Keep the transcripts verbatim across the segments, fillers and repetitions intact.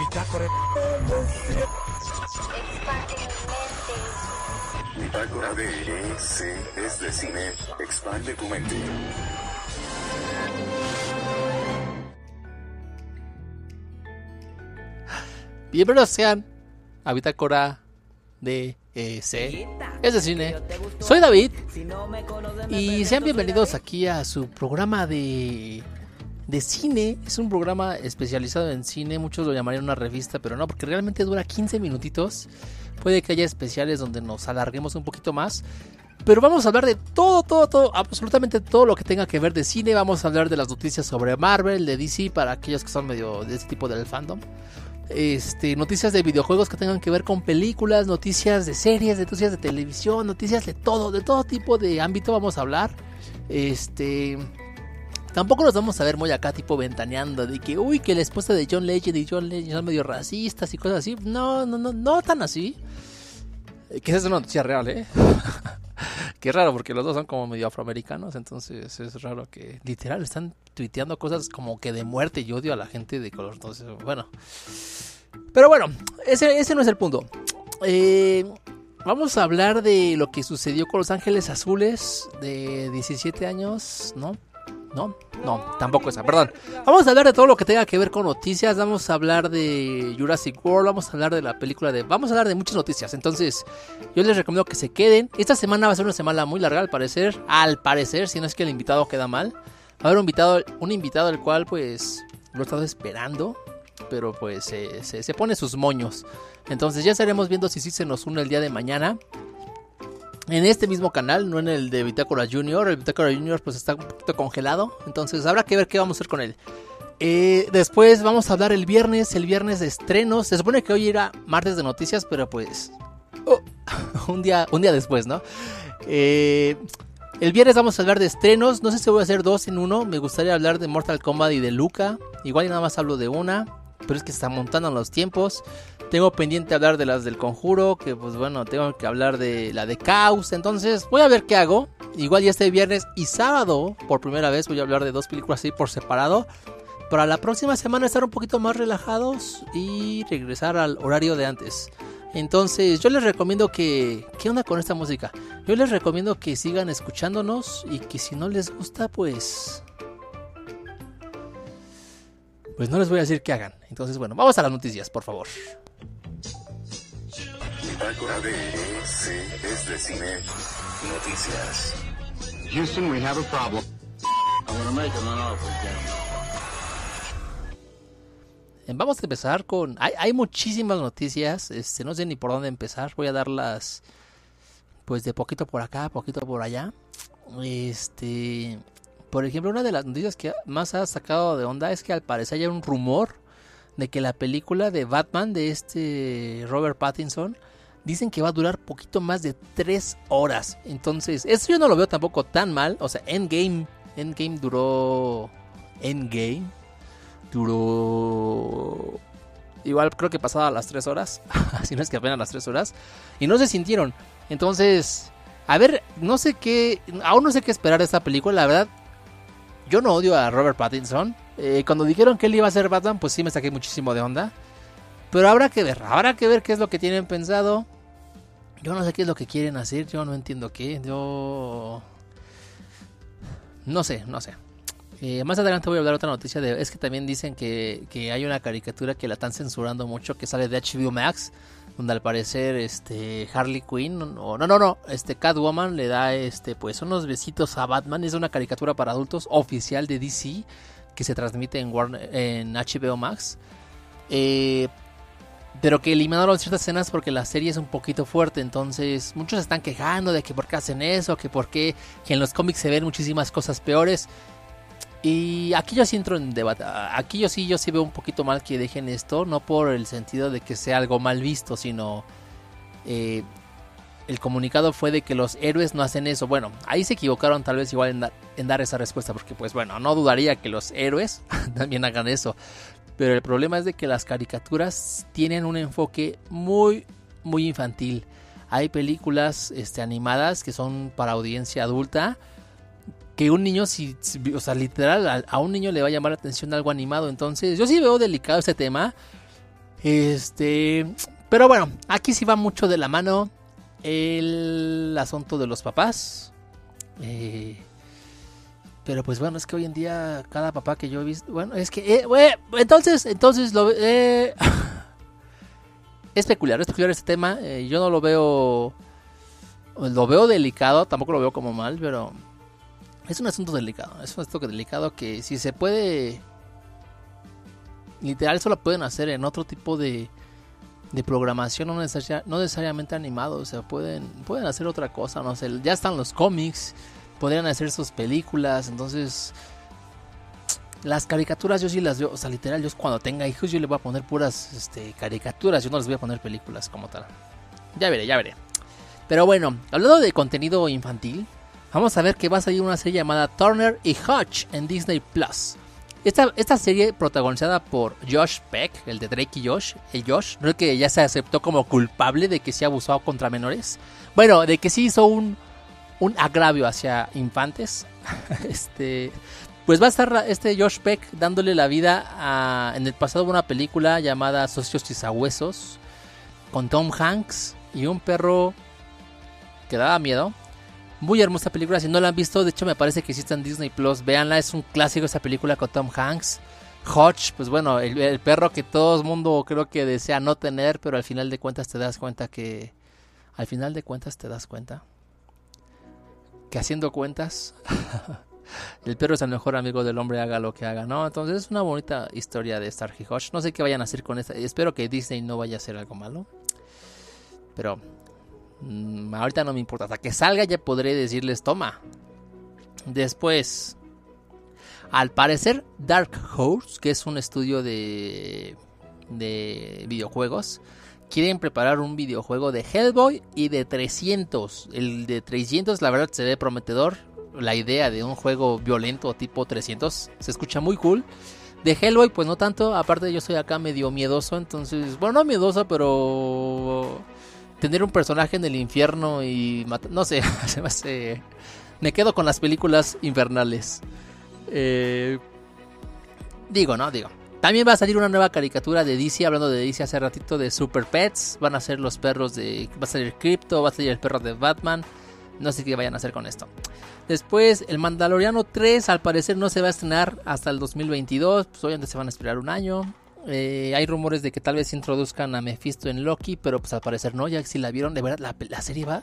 Bitácora de E C es de cine. Expande tu mente. Bienvenidos sean a Bitácora de E C es de cine. Soy David y sean bienvenidos aquí a su programa de de cine. Es un programa especializado en cine. Muchos lo llamarían una revista, pero no, porque realmente dura quince minutitos. Puede que haya especiales donde nos alarguemos un poquito más, pero vamos a hablar de todo, todo, todo, absolutamente todo lo que tenga que ver de cine. Vamos a hablar de las noticias sobre Marvel, de D C, para aquellos que son medio de este tipo del fandom. Este, noticias de videojuegos que tengan que ver con películas, noticias de series, noticias de televisión, noticias de todo, de todo tipo de ámbito vamos a hablar. Este, tampoco nos vamos a ver muy acá tipo ventaneando de que, uy, que la esposa de John Legend y John Legend son medio racistas y cosas así. No, no, no, no tan así. Que esa es una noticia real, ¿eh? Qué raro, porque los dos son como medio afroamericanos, entonces es raro que literal están tuiteando cosas como que de muerte y odio a la gente de color. Entonces, bueno. Pero bueno, ese, ese no es el punto. Eh, vamos a hablar de lo que sucedió con Los Ángeles Azules de diecisiete años, ¿no? No, no, tampoco esa, perdón. Vamos a hablar de todo lo que tenga que ver con noticias. Vamos a hablar de Jurassic World. Vamos a hablar de la película de... Vamos a hablar de muchas noticias. Entonces, yo les recomiendo que se queden. Esta semana va a ser una semana muy larga al parecer. Al parecer, si no es que el invitado queda mal. Va a haber un invitado, un invitado el cual pues lo he estado esperando, pero pues eh, se, se pone sus moños. Entonces ya estaremos viendo si sí se nos une el día de mañana. En este mismo canal, no en el de Bitácora Junior. El Bitácora Junior pues está un poquito congelado. Entonces habrá que ver qué vamos a hacer con él. Eh, después vamos a hablar el viernes. El viernes de estrenos. Se supone que hoy era martes de noticias, pero pues... Oh, un, día, un día después, ¿no? Eh, el viernes vamos a hablar de estrenos. No sé si voy a hacer dos en uno. Me gustaría hablar de Mortal Kombat y de Luca. Igual y nada más hablo de una. Pero es que se están montando los tiempos. Tengo pendiente hablar de las del Conjuro, que pues bueno, tengo que hablar de la de Caos. Entonces voy a ver qué hago. Igual ya este viernes y sábado, por primera vez voy a hablar de dos películas así por separado. Para la próxima semana estar un poquito más relajados y regresar al horario de antes. Entonces yo les recomiendo que... ¿Qué onda con esta música? Yo les recomiendo que sigan escuchándonos y que si no les gusta pues... Pues no les voy a decir qué hagan. Entonces bueno, vamos a las noticias, por favor. Bitácora de E C es de cine. Noticias. Houston, we have a problem. I want to make him an offer, gentlemen. Vamos a empezar con... Hay, hay muchísimas noticias. Este, no sé ni por dónde empezar. Voy a darlas pues de poquito por acá, poquito por allá. Este... Por ejemplo, una de las noticias que más ha sacado de onda es que al parecer hay un rumor de que la película de Batman de este Robert Pattinson dicen que va a durar poquito más de tres horas. Entonces, eso yo no lo veo tampoco tan mal. O sea, Endgame, Endgame duró... Endgame duró... Igual creo que pasaba las tres horas. Si no es que apenas las tres horas. Y no se sintieron. Entonces, a ver, no sé qué... Aún no sé qué esperar de esta película, la verdad. Yo no odio a Robert Pattinson. Eh, cuando dijeron que él iba a ser Batman, pues sí me saqué muchísimo de onda. Pero habrá que ver, habrá que ver qué es lo que tienen pensado. Yo no sé qué es lo que quieren hacer, yo no entiendo qué. Yo... No sé, no sé. Eh, más adelante voy a hablar de otra noticia. De... Es que también dicen que, que hay una caricatura que la están censurando mucho, que sale de H B O Max, donde al parecer este Harley Quinn o no no no este Catwoman le da este pues unos besitos a Batman. Es una caricatura para adultos oficial de D C que se transmite en Warner, en H B O Max, eh, pero que eliminaron ciertas escenas porque la serie es un poquito fuerte. Entonces muchos se están quejando de que por qué hacen eso, que por qué que en los cómics se ven muchísimas cosas peores. Y aquí yo sí entro en debate. Aquí yo sí, yo sí veo un poquito mal que dejen esto. No por el sentido de que sea algo mal visto, sino eh, el comunicado fue de que los héroes no hacen eso. Bueno, ahí se equivocaron tal vez igual en, da, en dar esa respuesta, porque pues bueno, no dudaría que los héroes también hagan eso. Pero el problema es de que las caricaturas tienen un enfoque muy, muy infantil. Hay películas este, animadas que son para audiencia adulta, que un niño, si, o sea, literal, a, a un niño le va a llamar la atención algo animado. Entonces, yo sí veo delicado este tema. Este, pero bueno, aquí sí va mucho de la mano el asunto de los papás. Eh, pero pues bueno, es que hoy en día cada papá que yo he visto, bueno, es que, eh, bueno, entonces, entonces lo, eh, es peculiar, es peculiar este tema. Eh, yo no lo veo, lo veo delicado, tampoco lo veo como mal, pero es un asunto delicado, es un asunto delicado que si se puede, literal, eso lo pueden hacer en otro tipo de, de programación, no, necesaria, no necesariamente animado, o sea, pueden, pueden hacer otra cosa, no sé, ya están los cómics, podrían hacer sus películas, entonces las caricaturas yo sí las veo, o sea, literal, yo cuando tenga hijos yo les voy a poner puras este, caricaturas, yo no les voy a poner películas como tal. Ya veré, ya veré. Pero bueno, hablando de contenido infantil, vamos a ver que va a salir una serie llamada Turner y Hutch en Disney Plus. Esta, esta serie protagonizada por Josh Peck, el de Drake y Josh, el Josh, ¿no es que ya se aceptó como culpable de que se ha abusado contra menores? Bueno, de que sí hizo un, un agravio hacia infantes. este, pues va a estar este Josh Peck dándole la vida a, en el pasado una película llamada Socios y Sabuesos con Tom Hanks y un perro que daba miedo. Muy hermosa película, si no la han visto, de hecho me parece que sí está en Disney Plus, véanla, es un clásico esa película con Tom Hanks. Hutch, pues bueno, el, el perro que todo el mundo creo que desea no tener, pero al final de cuentas te das cuenta que, al final de cuentas te das cuenta que haciendo cuentas, el perro es el mejor amigo del hombre, haga lo que haga, ¿no? Entonces es una bonita historia de Starkey Hutch, no sé qué vayan a hacer con esta, espero que Disney no vaya a hacer algo malo, pero... ahorita no me importa, hasta que salga ya podré decirles toma. Después, al parecer Dark Horse, que es un estudio de de videojuegos, quieren preparar un videojuego de Hellboy y de trescientos. El de trescientos la verdad se ve prometedor. La idea de un juego violento tipo trescientos se escucha muy cool. De Hellboy pues no tanto, aparte yo soy acá medio miedoso, entonces, bueno, no miedoso, pero tener un personaje en el infierno y matar, no sé, se me hace... Me quedo con las películas infernales. Eh, digo, ¿no? Digo. También va a salir una nueva caricatura de D C, hablando de D C hace ratito, de Super Pets. Van a ser los perros de... Va a salir Crypto, va a salir el perro de Batman. No sé qué vayan a hacer con esto. Después, el Mandaloriano tres, al parecer no se va a estrenar hasta el dos mil veintidós. Pues obviamente se van a esperar un año. Eh, hay rumores de que tal vez introduzcan a Mephisto en Loki, pero pues al parecer no, ya que si la vieron, de verdad, la, la serie va...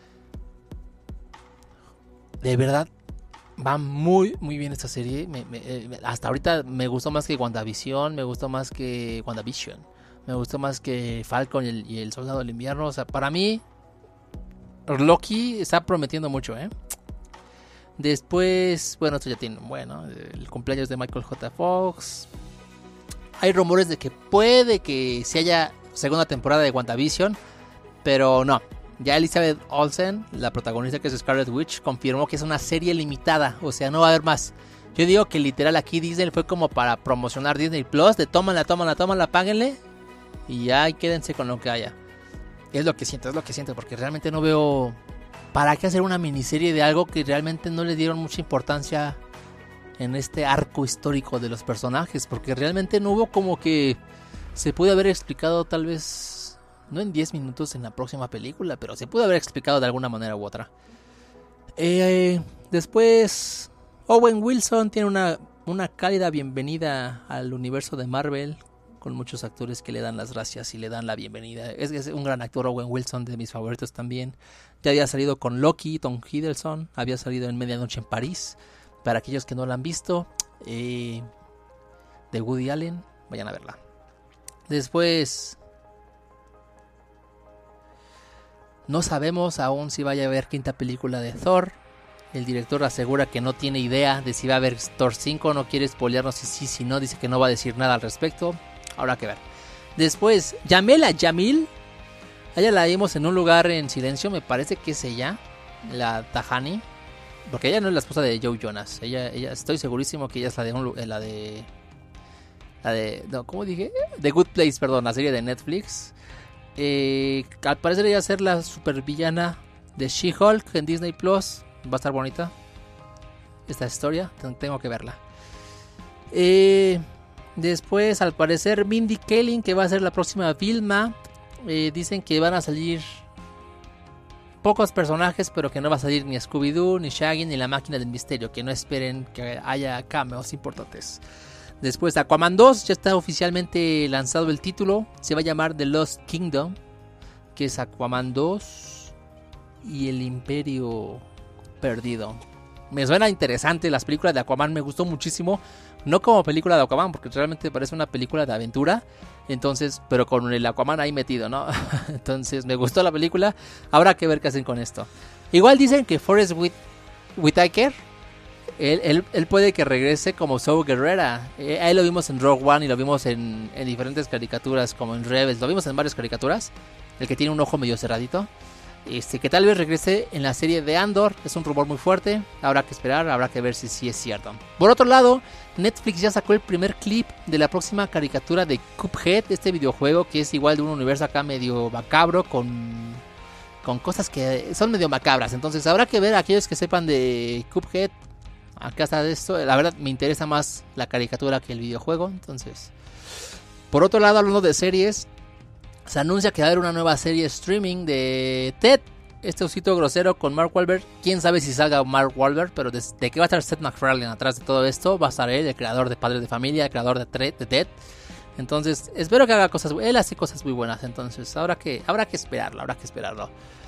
De verdad, va muy, muy bien esta serie. Me, me, eh, hasta ahorita me gustó más que WandaVision, me gustó más que WandaVision, me gustó más que Falcon y el, y el Soldado del Invierno. O sea, para mí, Loki está prometiendo mucho, ¿eh? Después, bueno, esto ya tiene, bueno, el cumpleaños de Michael J. Fox. Hay rumores de que puede que se haya segunda temporada de WandaVision, pero no. Ya Elizabeth Olsen, la protagonista que es Scarlet Witch, confirmó que es una serie limitada, o sea, no va a haber más. Yo digo que literal aquí Disney fue como para promocionar Disney Plus, de tómanla, tómanla, tómanla, páguenle y ya quédense con lo que haya. Es lo que siento, es lo que siento, porque realmente no veo para qué hacer una miniserie de algo que realmente no le dieron mucha importancia en este arco histórico de los personajes, porque realmente no hubo como que se pudo haber explicado tal vez, no en diez minutos en la próxima película, pero se pudo haber explicado de alguna manera u otra. Eh, después, Owen Wilson tiene una, una cálida bienvenida al universo de Marvel, con muchos actores que le dan las gracias y le dan la bienvenida. Es, es un gran actor, Owen Wilson, de mis favoritos también. Ya había salido con Loki, Tom Hiddleston, había salido en Medianoche en París. Para aquellos que no la han visto, eh, de Woody Allen, vayan a verla. Después, no sabemos aún si vaya a haber quinta película de Thor. El director asegura que no tiene idea de si va a haber Thor cinco, no quiere spoilearnos si sí, si no, dice que no va a decir nada al respecto. Habrá que ver. Después, Yamela Jamil, ella la vimos en Un lugar en silencio, me parece que es ella, la Tahani. Porque ella no es la esposa de Joe Jonas. Ella, ella, estoy segurísimo que ella es la de un, la de, la de, no, ¿cómo dije? The Good Place, perdón, la serie de Netflix. Eh, al parecer ella va a ser la supervillana de She-Hulk en Disney Plus. Va a estar bonita esta historia. Tengo que verla. Eh, Después, al parecer, Mindy Kaling, que va a ser la próxima Vilma. Eh, dicen que van a salir pocos personajes, pero que no va a salir ni Scooby-Doo, ni Shaggy, ni la Máquina del Misterio. Que no esperen que haya cameos importantes. Después, Aquaman dos, ya está oficialmente lanzado el título. Se va a llamar The Lost Kingdom, que es Aquaman dos y el Imperio Perdido. Me suena interesante. Las películas de Aquaman me gustó muchísimo. No como película de Aquaman, porque realmente parece una película de aventura. Entonces, pero con el Aquaman ahí metido, ¿no? Entonces, me gustó la película. Habrá que ver qué hacen con esto. Igual dicen que Forrest Whit- Whitaker, él, él, él puede que regrese como Saw Gerrera. Eh, ahí lo vimos en Rogue One y lo vimos en, en diferentes caricaturas, como en Rebels. Lo vimos en varias caricaturas. El que tiene un ojo medio cerradito. Este, que tal vez regrese en la serie de Andor. Es un rumor muy fuerte. Habrá que esperar, habrá que ver si sí es cierto. Por otro lado, Netflix ya sacó el primer clip de la próxima caricatura de Cuphead. Este videojuego que es igual de un universo acá medio macabro. Con, con cosas que son medio macabras. Entonces habrá que ver a aquellos que sepan de Cuphead. Acá está esto. La verdad me interesa más la caricatura que el videojuego. Entonces, por otro lado, hablando de series, se anuncia que va a haber una nueva serie streaming de Ted, este osito grosero con Mark Wahlberg. Quién sabe si salga Mark Wahlberg, pero de, de que va a estar Seth MacFarlane atrás de todo esto, va a estar él, el creador de Padres de Familia, el creador de, Tre- de Ted. Entonces, espero que haga cosas, él hace cosas muy buenas. Entonces, habrá que, habrá que esperarlo, habrá que esperarlo.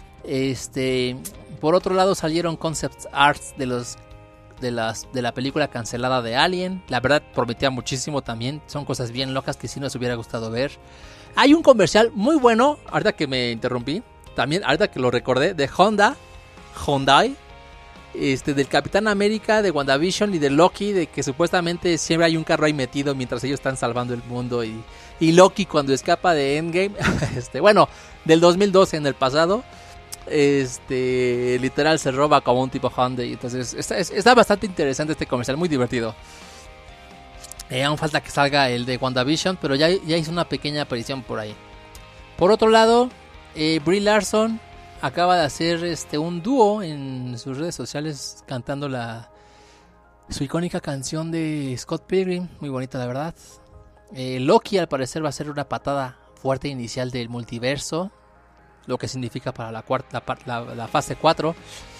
Este, por otro lado, salieron concept arts de los de las de la película cancelada de Alien. La verdad prometía muchísimo también. Son cosas bien locas que sí nos hubiera gustado ver. Hay un comercial muy bueno, ahorita que me interrumpí, también ahorita que lo recordé, de Honda, Hyundai, este, del Capitán América, de WandaVision y de Loki, de que supuestamente siempre hay un carro ahí metido mientras ellos están salvando el mundo, y, y Loki cuando escapa de Endgame, este, bueno, del dos mil doce en el pasado, este, literal se roba como un tipo Hyundai. Entonces está, está bastante interesante este comercial, muy divertido. Eh, aún falta que salga el de WandaVision, pero ya, ya hizo una pequeña aparición por ahí. Por otro lado, eh, Brie Larson acaba de hacer este un dúo en sus redes sociales cantando la su icónica canción de Scott Pilgrim, muy bonita la verdad. Eh, Loki al parecer va a ser una patada fuerte inicial del multiverso, lo que significa para la cuarta la, la, la fase cuatro.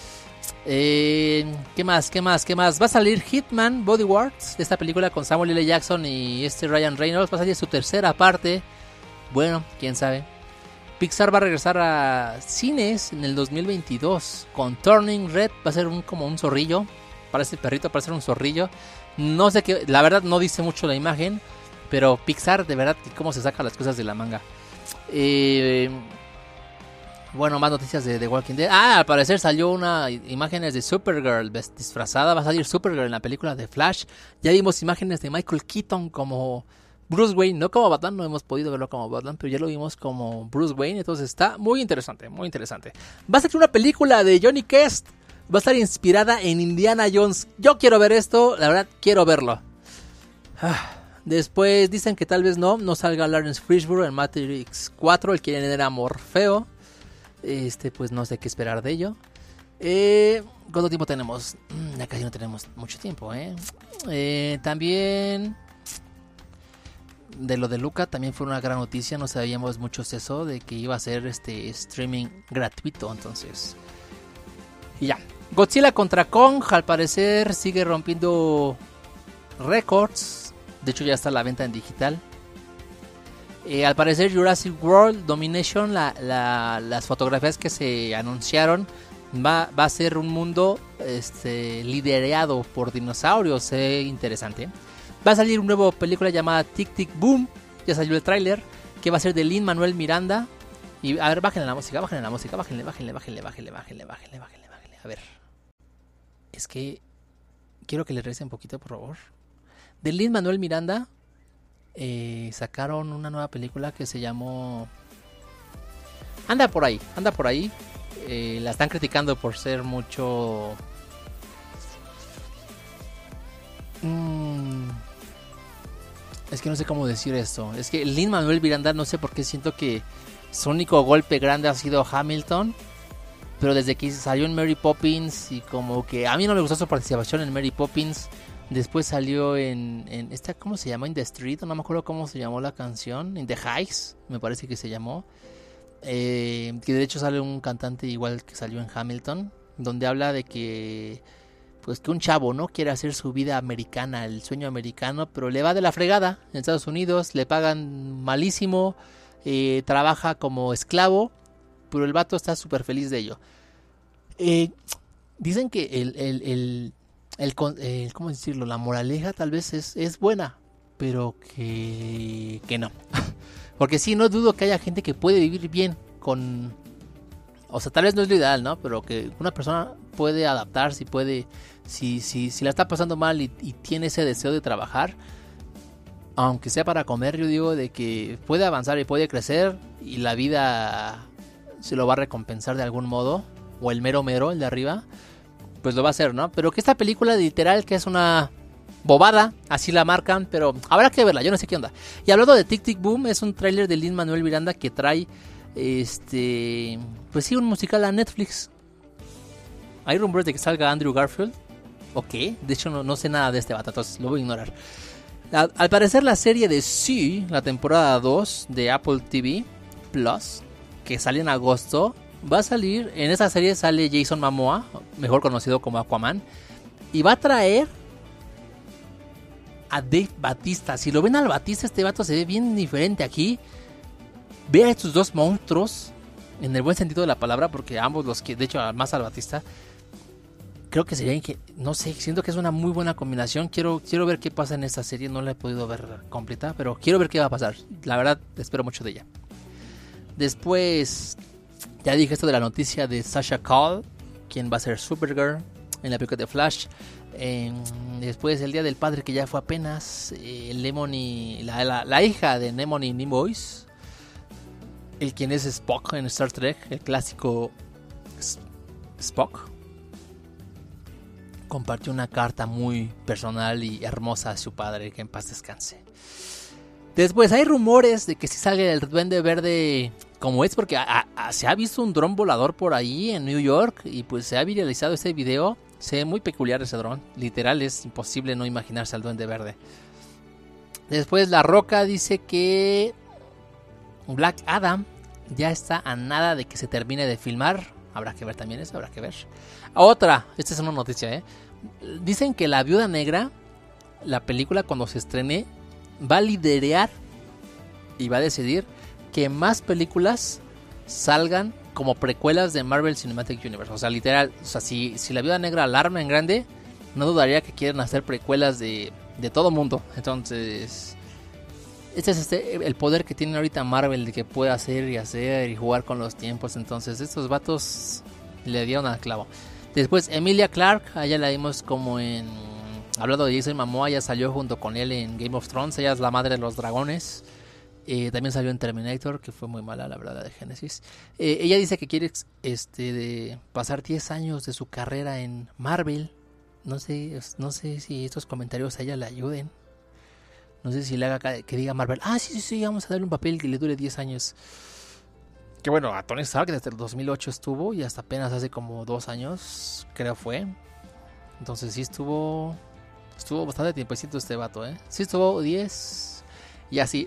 Eh, ¿Qué más? ¿Qué más? ¿Qué más? Va a salir Hitman Bodyguards, esta película con Samuel L. Jackson y este Ryan Reynolds. Va a salir su tercera parte. Bueno, quién sabe. Pixar va a regresar a cines en el dos mil veintidós con Turning Red. Va a ser un, como un zorrillo. Parece perrito, parece un zorrillo. No sé qué, la verdad no dice mucho la imagen, pero Pixar de verdad cómo se saca las cosas de la manga. Eh... Bueno, más noticias de The Walking Dead. Ah, al parecer salió una imágenes de Supergirl disfrazada. Va a salir Supergirl en la película de Flash. Ya vimos imágenes de Michael Keaton como Bruce Wayne. No como Batman, no hemos podido verlo como Batman, pero ya lo vimos como Bruce Wayne. Entonces está muy interesante, muy interesante. Va a ser una película de Johnny Quest. Va a estar inspirada en Indiana Jones. Yo quiero ver esto, la verdad quiero verlo. Ah. Después dicen que tal vez no, no salga Lawrence Fishburne en Matrix cuatro, el que era Morfeo. Este, pues no sé qué esperar de ello. Eh, ¿Cuánto tiempo tenemos? Ya casi no tenemos mucho tiempo, ¿eh? Eh, También de lo de Luca también fue una gran noticia. No sabíamos mucho eso de que iba a ser este streaming gratuito. Entonces, y ya. Godzilla contra Kong al parecer sigue rompiendo récords. De hecho ya está a la venta en digital. Eh, al parecer Jurassic World Domination, la, la, las fotografías que se anunciaron, va, va a ser un mundo este, liderado por dinosaurios. Eh, interesante. Va a salir una nueva película llamada Tic Tic Boom. Ya salió el tráiler, que va a ser de Lin-Manuel Miranda. Y a ver, bájenle la música, bájenle la música, bájenle, bájenle, bájenle, bájenle, bájenle, bájenle, bájenle, bájenle. A ver. Es que quiero que le recen un poquito, por favor. De Lin-Manuel Miranda. Eh, sacaron una nueva película que se llamó Anda por ahí, anda por ahí. Eh, la están criticando por ser mucho mm, es que no sé cómo decir esto. Es que Lin-Manuel Miranda, no sé por qué siento que su único golpe grande ha sido Hamilton, pero desde que salió en Mary Poppins y como que a mí no me gustó su participación en Mary Poppins, Después salió en, en esta, ¿cómo se llama? In the Street, no me acuerdo cómo se llamó la canción. In the Heights, me parece que se llamó. Eh, que de hecho sale un cantante igual que salió en Hamilton, donde habla de que pues que un chavo, ¿no? Quiere hacer su vida americana, el sueño americano, pero le va de la fregada en Estados Unidos, le pagan malísimo, eh, trabaja como esclavo, pero el vato está súper feliz de ello. Eh, dicen que el, el, el, el, el, ¿cómo decirlo? La moraleja tal vez es, es buena, pero que, que no. Porque sí, no dudo que haya gente que puede vivir bien con... O sea, tal vez no es lo ideal, ¿no? Pero que una persona puede adaptarse y puede... Si, si, si la está pasando mal y, y tiene ese deseo de trabajar, aunque sea para comer, yo digo de que puede avanzar y puede crecer y la vida se lo va a recompensar de algún modo. O el mero mero, el de arriba, pues lo va a hacer, ¿no? Pero que esta película literal que es una... bobada, así la marcan, pero habrá que verla, yo no sé qué onda. Y hablando de Tic Tic Boom, es un tráiler de Lin-Manuel Miranda que trae, este, pues sí, un musical a Netflix. Hay rumores de que salga Andrew Garfield, ok, de hecho no, no sé nada de este vato, entonces lo voy a ignorar. Al, al parecer la serie de Sí, la temporada dos de Apple T V Plus, que sale en agosto, va a salir, en esa serie sale Jason Momoa, mejor conocido como Aquaman, y va a traer a Dave Bautista. Si lo ven al Bautista, este vato se ve bien diferente aquí. Ve a estos dos monstruos, en el buen sentido de la palabra, porque ambos los que, de hecho, más al Bautista, creo que sería, no sé, siento que es una muy buena combinación. Quiero, quiero ver qué pasa en esta serie, no la he podido ver completa, pero quiero ver qué va a pasar. La verdad, espero mucho de ella. Después, ya dije esto de la noticia de Sasha Calle, quien va a ser Supergirl en la película de Flash. Eh, después el Día del Padre, que ya fue apenas, eh, Lemony, la, la, la hija de Lemony Nimoy, el quien es Spock en Star Trek, el clásico Spock, compartió una carta muy personal y hermosa a su padre, que en paz descanse. Después hay rumores de que si salga el Duende Verde como es, porque a, a, se ha visto un dron volador por ahí en New York y pues se ha viralizado este video. Se ve muy peculiar ese dron. Literal, es imposible no imaginarse al Duende Verde. Después La Roca dice que Black Adam ya está a nada de que se termine de filmar. Habrá que ver también eso, habrá que ver. Otra, esta es una noticia, ¿eh? Dicen que La Viuda Negra, la película cuando se estrene, va a liderar y va a decidir que más películas salgan como precuelas de Marvel Cinematic Universe. O sea, literal, o sea, si, si La Viuda Negra alarma en grande, no dudaría que quieran hacer precuelas de, de todo mundo. Entonces, este es este, el poder que tiene ahorita Marvel de que puede hacer y hacer y jugar con los tiempos. Entonces, estos vatos le dieron al clavo. Después, Emilia Clarke, allá la vimos como en... Hablando de Jason Momoa, ya salió junto con él en Game of Thrones. Ella es la madre de los dragones. Eh, también salió en Terminator, que fue muy mala, la verdad, la de Genesis. Eh, ella dice que quiere este, de pasar diez años de su carrera en Marvel. No sé, no sé si estos comentarios a ella le ayuden. No sé si le haga que diga Marvel, ah, sí, sí, sí, vamos a darle un papel que le dure diez años. Que bueno, a Tony Stark desde el dos mil ocho estuvo y hasta apenas hace como dos años, creo fue. Entonces sí estuvo... Estuvo bastante tiempecito este vato, ¿eh? Sí estuvo diez y así.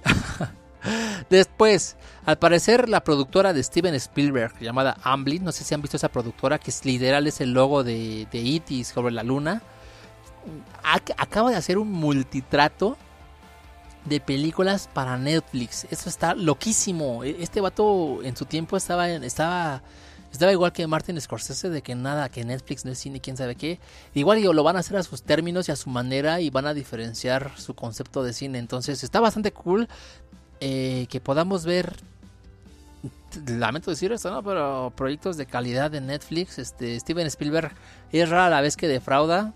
Después, al parecer la productora de Steven Spielberg, llamada Amblin, no sé si han visto esa productora, que es literal es el logo de, de E T sobre la luna, acaba de hacer un multitrato de películas para Netflix. Eso está loquísimo. Este vato en su tiempo estaba estaba estaba igual que Martin Scorsese, de que nada, que Netflix no es cine, quién sabe qué. Igual lo van a hacer a sus términos y a su manera y van a diferenciar su concepto de cine. Entonces está bastante cool eh, que podamos ver, lamento decir esto, ¿no? Pero proyectos de calidad de Netflix. Este Steven Spielberg es rara la vez que defrauda.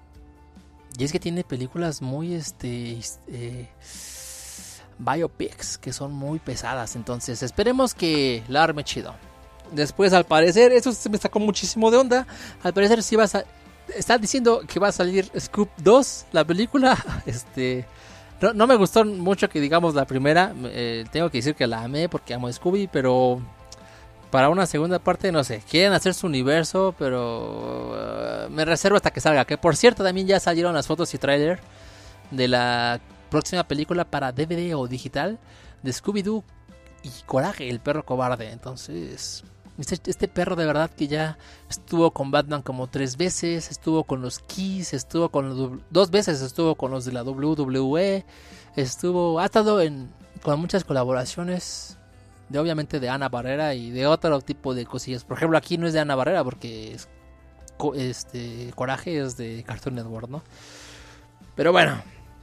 Y es que tiene películas muy este eh, biopics que son muy pesadas. Entonces esperemos que la arme chido. Después, al parecer, eso se me sacó muchísimo de onda. Al parecer sí va a sa- está diciendo que va a salir Scoop dos, la película. Este no, no me gustó mucho que digamos la primera. eh, Tengo que decir que la amé porque amo a Scooby, pero para una segunda parte, no sé, quieren hacer su universo, pero uh, me reservo hasta que salga. Que por cierto, también ya salieron las fotos y tráiler de la próxima película para D V D o digital de Scooby-Doo y Coraje, el perro cobarde. Entonces, este, este perro de verdad que ya estuvo con Batman como tres veces, estuvo con los Kiss, estuvo con los, dos veces estuvo con los de la W W E, estuvo, ha estado en, con muchas colaboraciones. De obviamente de Ana Barrera y de otro tipo de cosillas. Por ejemplo, aquí no es de Ana Barrera porque es, este Coraje es de Cartoon Network, ¿no? Pero bueno,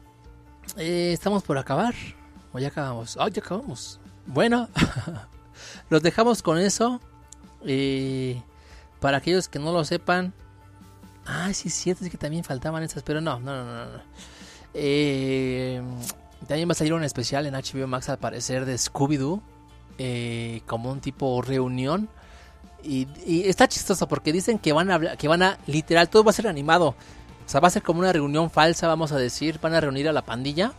eh, estamos por acabar. O ya acabamos. Ah, oh, ya acabamos. Bueno, los dejamos con eso. Eh, para aquellos que no lo sepan. Ah, sí, sí, es que también faltaban estas, pero no, no, no, no. no. Eh, también va a salir un especial en H B O Max al parecer de Scooby-Doo. Eh, como un tipo reunión y, y está chistoso porque dicen que van a hablar, que van a literal todo va a ser animado, o sea, va a ser como una reunión falsa, vamos a decir, van a reunir a la pandilla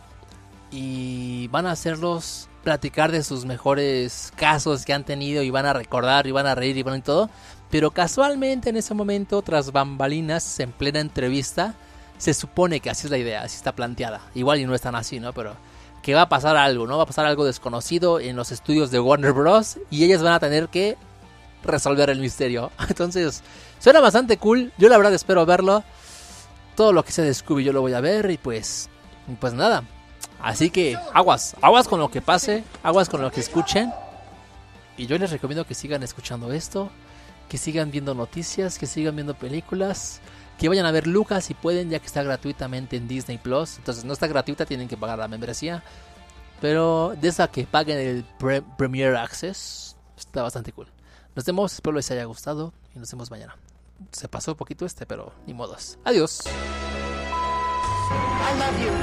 y van a hacerlos platicar de sus mejores casos que han tenido y van a recordar y van a reír y van y todo, pero casualmente en ese momento, tras bambalinas, en plena entrevista, se supone que así es la idea, así está planteada, igual y no es tan así, ¿no? Pero que va a pasar algo, ¿no? Va a pasar algo desconocido en los estudios de Warner Bros. Y ellas van a tener que resolver el misterio. Entonces, suena bastante cool. Yo la verdad espero verlo. Todo lo que sea de Scooby yo lo voy a ver. Y pues, pues nada. Así que aguas, aguas con lo que pase. Aguas con lo que escuchen. Y yo les recomiendo que sigan escuchando esto. Que sigan viendo noticias. Que sigan viendo películas. Que vayan a ver Luca si pueden, ya que está gratuitamente en Disney Plus. Entonces no está gratuita, tienen que pagar la membresía. Pero de esa que paguen el pre- Premier Access, está bastante cool. Nos vemos, espero les haya gustado y nos vemos mañana. Se pasó un poquito este, pero ni modos. Adiós. I love you.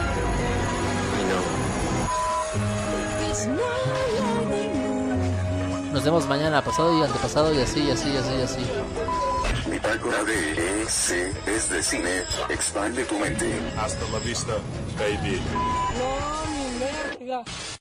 Nos vemos mañana, pasado y antepasado y así, y así, y así, y así. Bitácora de E C es de cine. Expande tu mente. Hasta la vista, baby. No, mi verga.